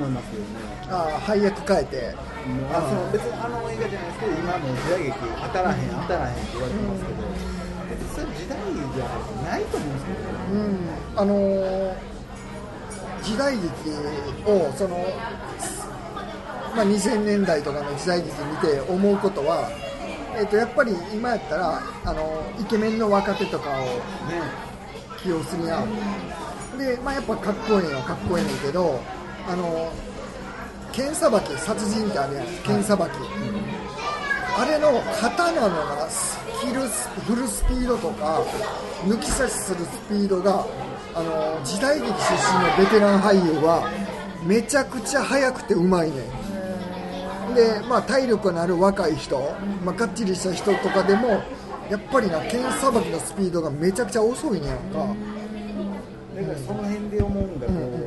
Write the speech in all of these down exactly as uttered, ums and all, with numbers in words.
思いますけどね。 ああ配役変えて、 あその別にあの映画じゃないですけど、今の時代劇当たらへん当たらへんって言われてますけど、別にそれ時代劇じゃないと思うんですけど、 うんあのー、時代劇をその、まあ、にせんねんだいとかの時代劇見て思うことは、えー、とやっぱり今やったらあのイケメンの若手とかを起用するやんで、まあ、やっぱかっこいいのはかっこいいねんけど、あの剣さばき殺人ってあるやん剣さばき、あれの刀のが切る振るスピードとか抜き差しするスピードがあの時代劇出身のベテラン俳優はめちゃくちゃ速くてうまいねんで、まあ、体力のある若い人、まあ、かっちりした人とかでもやっぱりな剣さばきのスピードがめちゃくちゃ遅いねんか。 だからその辺で思うんだと、うんうん、その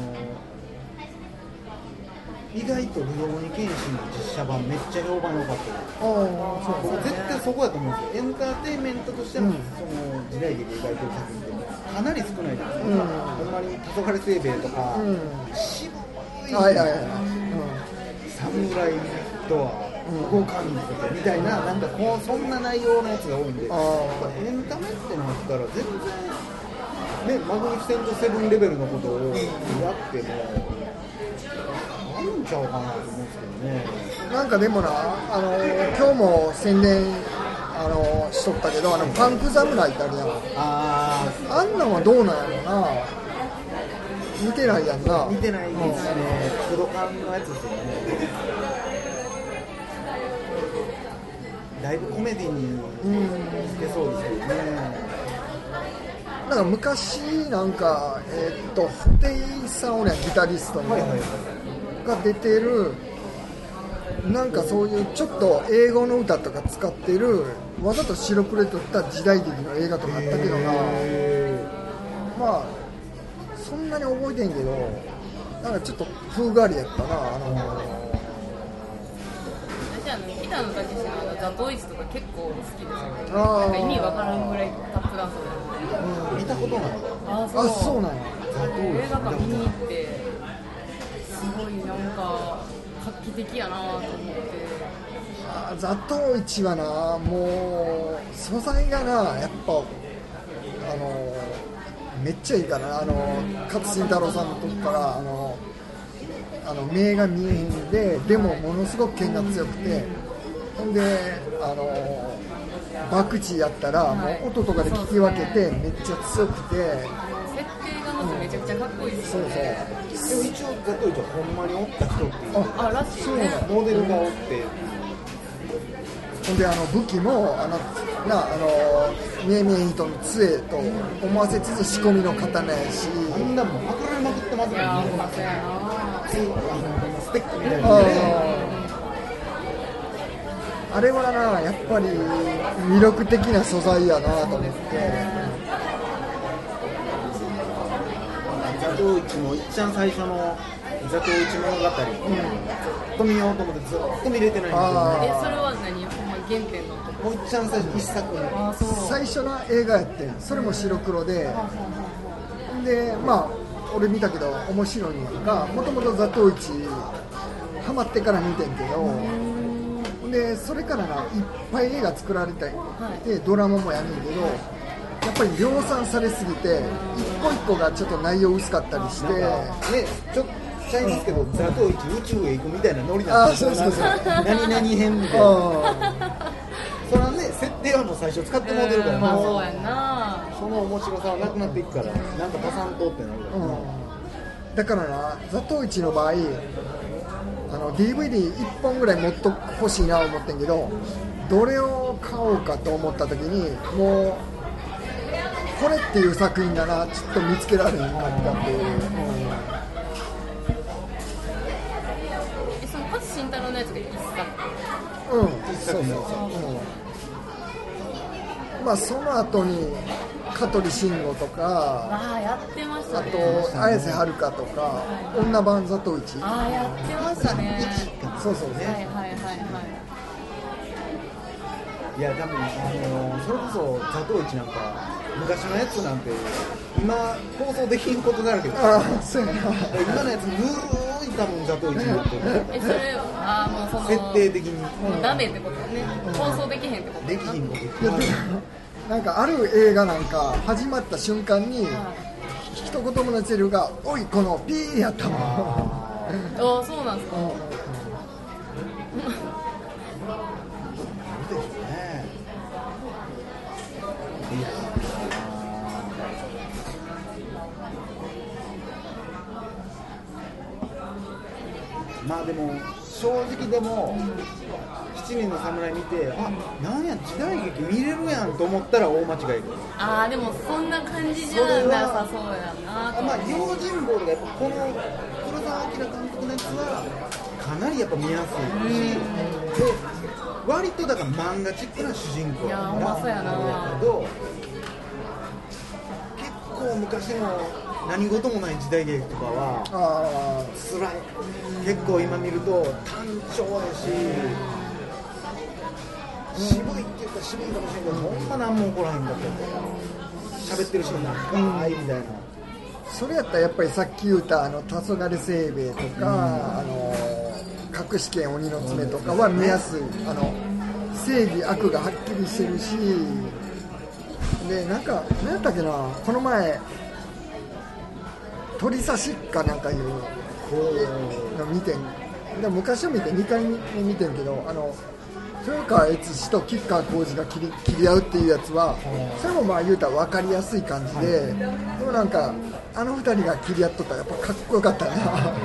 意外とルローニケンシンの実写版めっちゃ評判良かったです。あそう僕絶対そこやと思うんですよ。エンターテインメントとしての、うん、その時代劇描いてる作品ってかなり少ないじゃないですか、うん、ほんまに黄昏せいべいとか、うん、渋い、はいはいはい、うん、侍とは動かんことみたいな、なんかこうそんな内容のやつが多いんで、エンタメってなったら全然ね、マグニフィセントセブンレベルのことをやってもあるんちゃうかなと思うんですけどね。 なんかでもな、あの今日も宣伝あのしとったけど、あのパンク侍ってあるやん。ああんなんはどうなんやろな。見てないやんな。 見てないですね。黒缶のやつですよね。だいぶコメディに出そうですけどね。 なんか昔なんかえー、っと布袋さん俺はギタリストの、はいはいはい、が出てるなんかそういうちょっと英語の歌とか使ってるわざと白黒で撮った時代劇の映画とかあったけどな。まあそんなに覚えてんけどなんかちょっと風変わりやったな。あの私あの北野武のザ・トイズとか結構好きですよ。なんか意味わからんぐらいタップダンスうん、見たことない。 あ、そう、あ、そうなんや。 映画館見に行ってすごいなんか画期的やなと思って。 あ、ザトウイチはな、もう素材がなやっぱあのめっちゃいいからな。あの勝新太郎さんのとこからあのあの目が見えへんででもものすごく剣が強くて、ほんであの博打やったらもう音とかで聞き分けてめっちゃ強くて、設定がまずめちゃくちゃかっこいいですよね。 そうそう。でも一応ザトウイチはほんまにおった人っていうああらしいね。 モデルがおって、 ほんであの武器もあのなあの見え見え人の杖と思わせつつ仕込みの刀やし、 あんなもんパクられまくってますもんね。 いやほんまそうやな。 ステッキみたいなね。 あれはなやっぱり魅力的な素材やなと思って。 ザトウイチもいっちゃん最初のザトウイチ物語、うん、見ようと思ってずっと見れてないんですよね。 え、それは何？ほんま原点のとこ。 もういっちゃん最初一作目。 あ、そう。最初の映画やってん。それも白黒で、でまあ俺見たけど面白いのが、もともとザトウイチハマってから見てんけど。でそれからないっぱい映画作られて、はい、ドラマもやねんけどやっぱり量産されすぎて一個一個がちょっと内容薄かったりしてね、 ちょっとちゃいますけど、うん、ザトウイチ宇宙へ行くみたいなノリなんですよ。 そうそうそう何々編みたいな。それはね設定はもう最初使ってもらってるから、 まあそうやんな。 その面白さはなくなっていくから、なんか足さんとってなるから、ね、 うん、だからなザトウイチの場合あの ディーブイディーいっぽんぐらい持っと欲しいなと思ってんけど、どれを買おうかと思った時にもうこれっていう作品だなちょっと見つけられへんかったっていう、うん、 え、その勝新太郎のやつがいいっすか？ うん、そうそうそう、うん、まあその後に香取慎吾とか、 ああやってましたね。 あと綾瀬はるかとか、はい、女版ザトウイチ、 ああやってましたね。 そうそうね。 はいはいはいはい。 いや多分あのそれこそザトウイチなんか昔のやつなんて今放送できんことだらけです。 ああそうやな。 今のやつぬるい多分ザトウイチになってるえそれああもうその設定的にもうダメってことね、放送できへんってことできひんこといやでもなんかある映画なんか始まった瞬間に一言ものセリフがおいこのピーやったもん。 ああそうなんですか、 そうですねいやまあでも正直でもしちにんの侍見てあなんや時代劇見れるやんと思ったら大間違いです。 ああでもそんな感じじゃなさそうやなと。 まあ用心棒とかやっぱこの黒澤明監督のやつはかなりやっぱ見やすいし、で割とだから漫画チックな主人公いやほんまそうやなけど結構昔の何事もない時代劇とかはあ辛い。結構今見ると単調やし、渋いっていうか渋いかもしれんけど、ほんま何も起こらへんかったりとか喋ってるシーン長いみたいな、 それやったらやっぱりさっき言ったあの黄昏清兵衛とか、あの隠し剣鬼の爪とかは見やすい。あの正義悪がはっきりしてるし、でなんか何やったっけな、この前鳥刺しかなんかいうの見てんで昔を見てにかいめ見てんけど、あの豊川悦司と吉川晃司が切り、切り合うっていうやつはそれもまあ言うたら分かりやすい感じで、でもなんかあのふたりが切り合っとったらやっぱかっこよかったな、うん、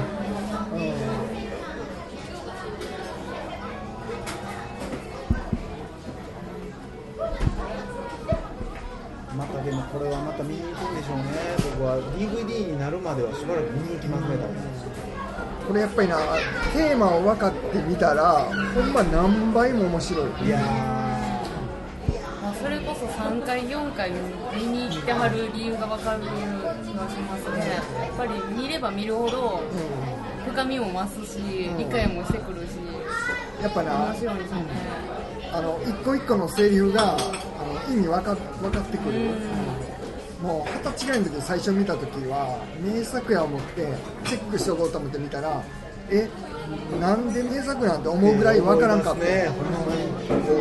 またでもこれはまた見に行くんでしょうね。僕は ディーブイディー になるまではしばらく見に行きますね。多分これやっぱりなテーマを分かってみたらほんま何倍も面白い。 いやまあ、それこそさんかいよんかい見に行ってはる理由が分かる気がしますね。やっぱり見れば見るほど深みも増すし、理解もしてくるし、 やっぱな面白いですよね。 あの一個一個のセリフがあの意味分か、分かってくる。もう二十歳ぐらいの時に最初見た時は名作や思ってチェックしておこうと思って見たら、えなんで名作なんて思うぐらい分からんかった、 ね、ほんまに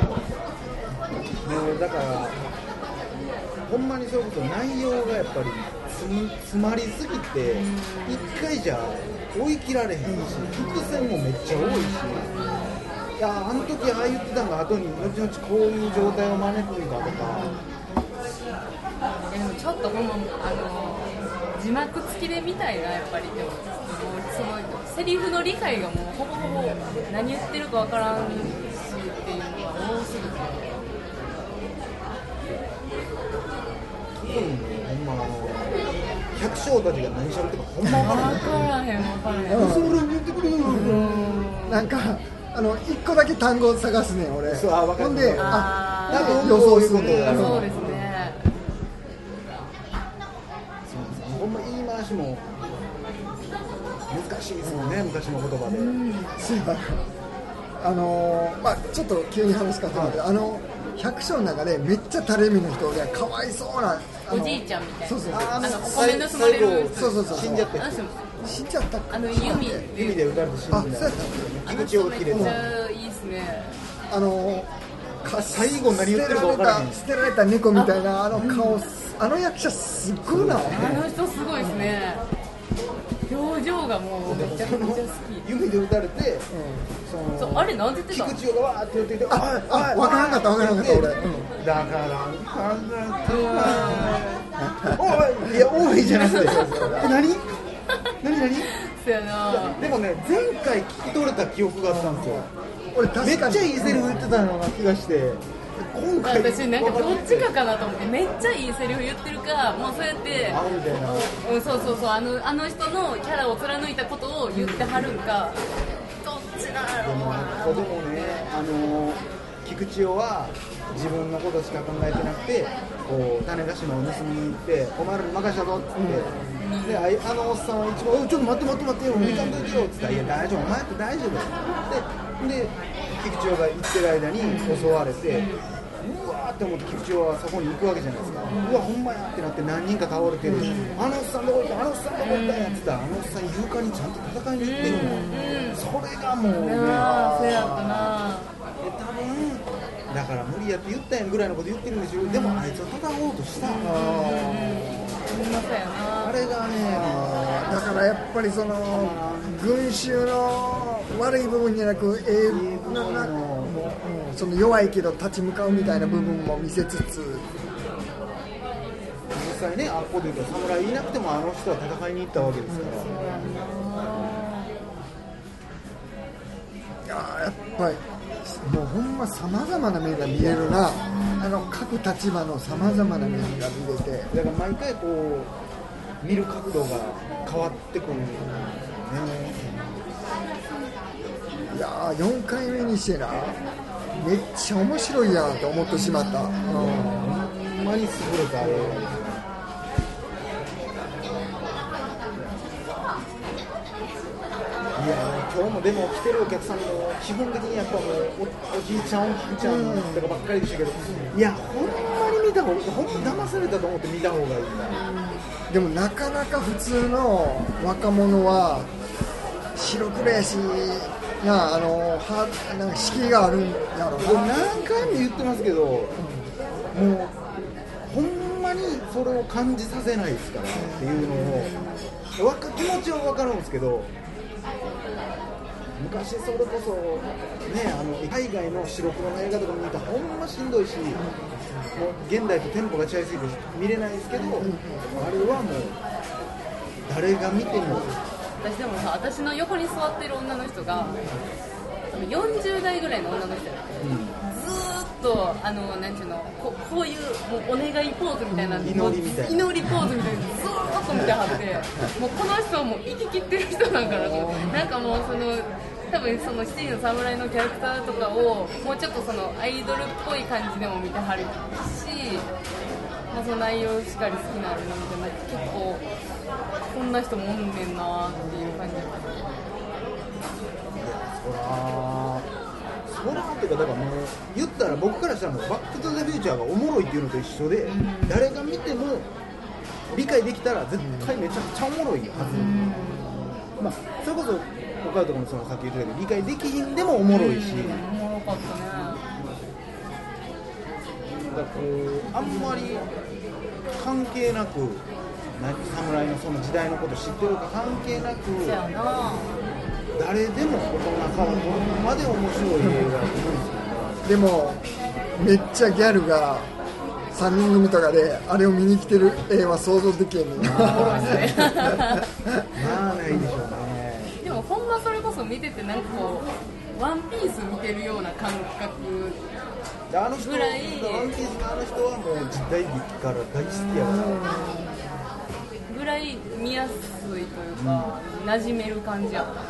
もうだからほんまにそれこそ内容がやっぱり詰まりすぎて一回じゃ追い切られへんし、伏線もめっちゃ多いし、いやあの時ああ言ってたのが後に後々こういう状態を招くんだとか。 でもちょっとほんまあの字幕付きで見たいな、やっぱり。でももうすごいセリフの理解がもうほぼほぼ何言ってるかわからんしっていうのが多すぎて、 特にほんまあの百姓たちが何しゃべってるかほんま分からへん。 分からへん分からへん。 それ言ってくれよ。 なんかあの一個だけ単語を探すねん俺。 そうあ分かる。 ほんでああー予想するねん。 そうですね。 ほんま言い回しも難しいですもんね、昔の言葉で。 そういえばあのーまあちょっと急に話変わったけど、あの百姓の中でめっちゃ垂れ目の人でかわいそうなおじいちゃんみたいな。 そうそうそうあのお米盗まれる人。 そうそうそう死んじゃった人。 あの人死んじゃったっけあの弓弓で撃たれて死んだ。 あそうやったっあの人めっちゃいいですね。 けあのー最後何言ってるか分からへん。 捨てられた猫みたいなあの顔、あの役者すっごいな。 あの人すごいですね。表情がもうめちゃくちゃ好き。 弓で撃たれて、そのそうあれなんて言ってたの？ 菊池がわーって言ってて、 ああ分からんかった分からんかった俺、うんだからおいいやおいじゃなくて、え何何何？ そうやな。 でもね前回聞き取れた記憶があったんですよ。 俺めっち確かにゃいいセリフ言ってたような気がして、今回私なんかどっちかかなと思って、めっちゃいいセリフ言ってるか、もうそうやってあみたいな。 うん、そうそうそう、あのあの人のキャラを貫いたことを言ってはるんか、どっちだろうな。 でもね、あの菊千代は自分のことしか考えてなくて、こう種子島を盗みに行ってお前らに任したぞっつって、であいあのおっさんは一番「ちょっと待って待って待ってよ、見かんといてよ」っつったら「いや大丈夫、お前って大丈夫」でで菊千代が行ってる間に襲われて、 うわーって思って菊池はそこに行くわけじゃないですか、うん、うわほんまやってなって何人か倒れてる、うん、あのおっさんどこ行ったあのおっさんどこ行ったんやって言ったら、あのおっさん勇敢にちゃんと戦いに行ってるの、うんうん、それがもうね、 あそうやったなで多分だから無理やって言ったやんぐらいのこと言ってるんですよ、うん、でもあいつは戦おうとした、うんうん、あれがねだからやっぱりその群衆の悪い部分じゃなく、えー、ななもう、うん、その弱いけど立ち向かうみたいな部分も見せつつ、 実際ね、あっこで言うと侍いなくてもあの人は戦いに行ったわけですから、 いややっぱりもうほんまさまざまな面が見えるな、あの各立場のさまざまな面が見れて、 だから毎回こう見る角度が変わってくるんですよね。 いやよんかいめにしてな、めっちゃ面白いやんと思ってしまった、うん、ほんまに優れたあれ。いや今日もでも来てるお客さんも基本的にやっぱもう お, おじいちゃんおじいちゃんとかばっかりでしたけど、うん、いやほんまに見た方がほんま騙されたと思って見た方がいいな、 うん、でもなかなか普通の若者は白黒やしな、あのはなんか敷居があるんやろうな、 何回も言ってますけど、うん、もうほんまにそれを感じさせないですからっていうのをわか気持ちは分かるんですけど、昔それこそね、あの海外の白黒の映画とか見たらほんましんどいし、もう現代とテンポが違いすぎて見れないですけど、あれはもう誰が見ても。 私でもさ、私の横に座ってる女の人がよんじゅう代ぐらいの女の人やって、うん、ずーっとあのなんていうの こ, こういうもうお願いポーズみたいな、 祈りみたいな祈りポーズみたいなずーっと見てはってもうこの人はもう生き切ってる人なんかなと、なんかもうその多分その七人の侍のキャラクターとかをもうちょっとそのアイドルっぽい感じでも見てはるし、まあ、その内容しっかり好きなのみたいな、結構こんな人もおんねんなっていう感じ。 そらそらっていうか、だからもう言ったら僕からしたらもうバックトゥザフューチャーがおもろいっていうのと一緒で、うん、誰が見ても理解できたら絶対めちゃくちゃおもろいはず、うん、まあそれこそ岡田とかもそのさっき言ってたけど理解できひんでもおもろいし、うん、 おもろかったね。 だからこうあんまり関係なく侍のその時代のこと知ってるか関係なく、誰でも大人から子供まで面白い映画だと思うんですよ。 でもめっちゃギャルがさんにん組とかであれを見に来てる映画想像できへんねんな。 まあないでしょうね。 でもほんまそれこそ見ててなんかこうワンピース見てるような感覚あの人ぐらい、ワンピースのあの人はもう時代劇から大好きやからぐらい見やすいというか、うん、馴染める感じやった。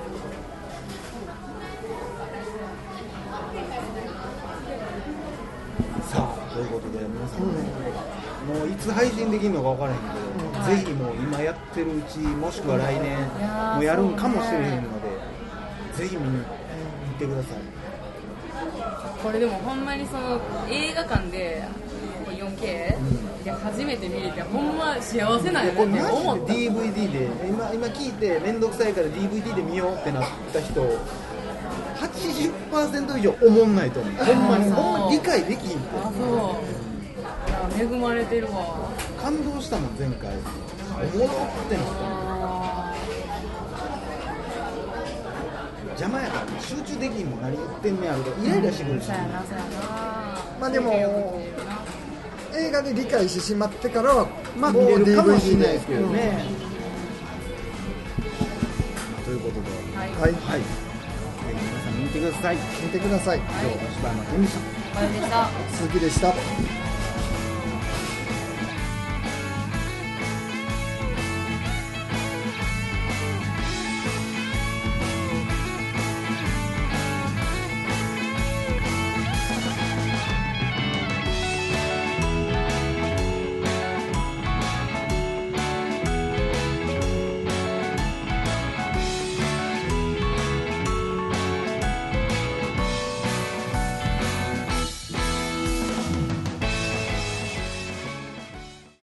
さあということで皆さんね、うん、もういつ配信できるのか分からへんけど、うん、ぜひもう今やってるうちもしくは来年もうやるんかもしれへんので、ぜひ見に行ってください。 これでもほんまにその映画館で よんケー で初めて見れてほんま幸せなんやなって思った。 ディーブイディー で 今, 今聞いて面倒くさいから ディーブイディー で見ようってなった人 はちじゅっパーセント 以上思んないと思う。ほんまにほんま理解できひんって。 あそう恵まれてるわ。 感動したもん前回。おもろってなった邪魔やから、ね、集中できんもん。何言ってんねやろとイライラしてくるし、うん、 まあでも映画で理解してしまってからはまあ見れるかもしれないですけどね、うん、ということではい、はいはい、皆さん見てください。 見てください。 今日は柴山健でした。 小田でした。 鈴木でした。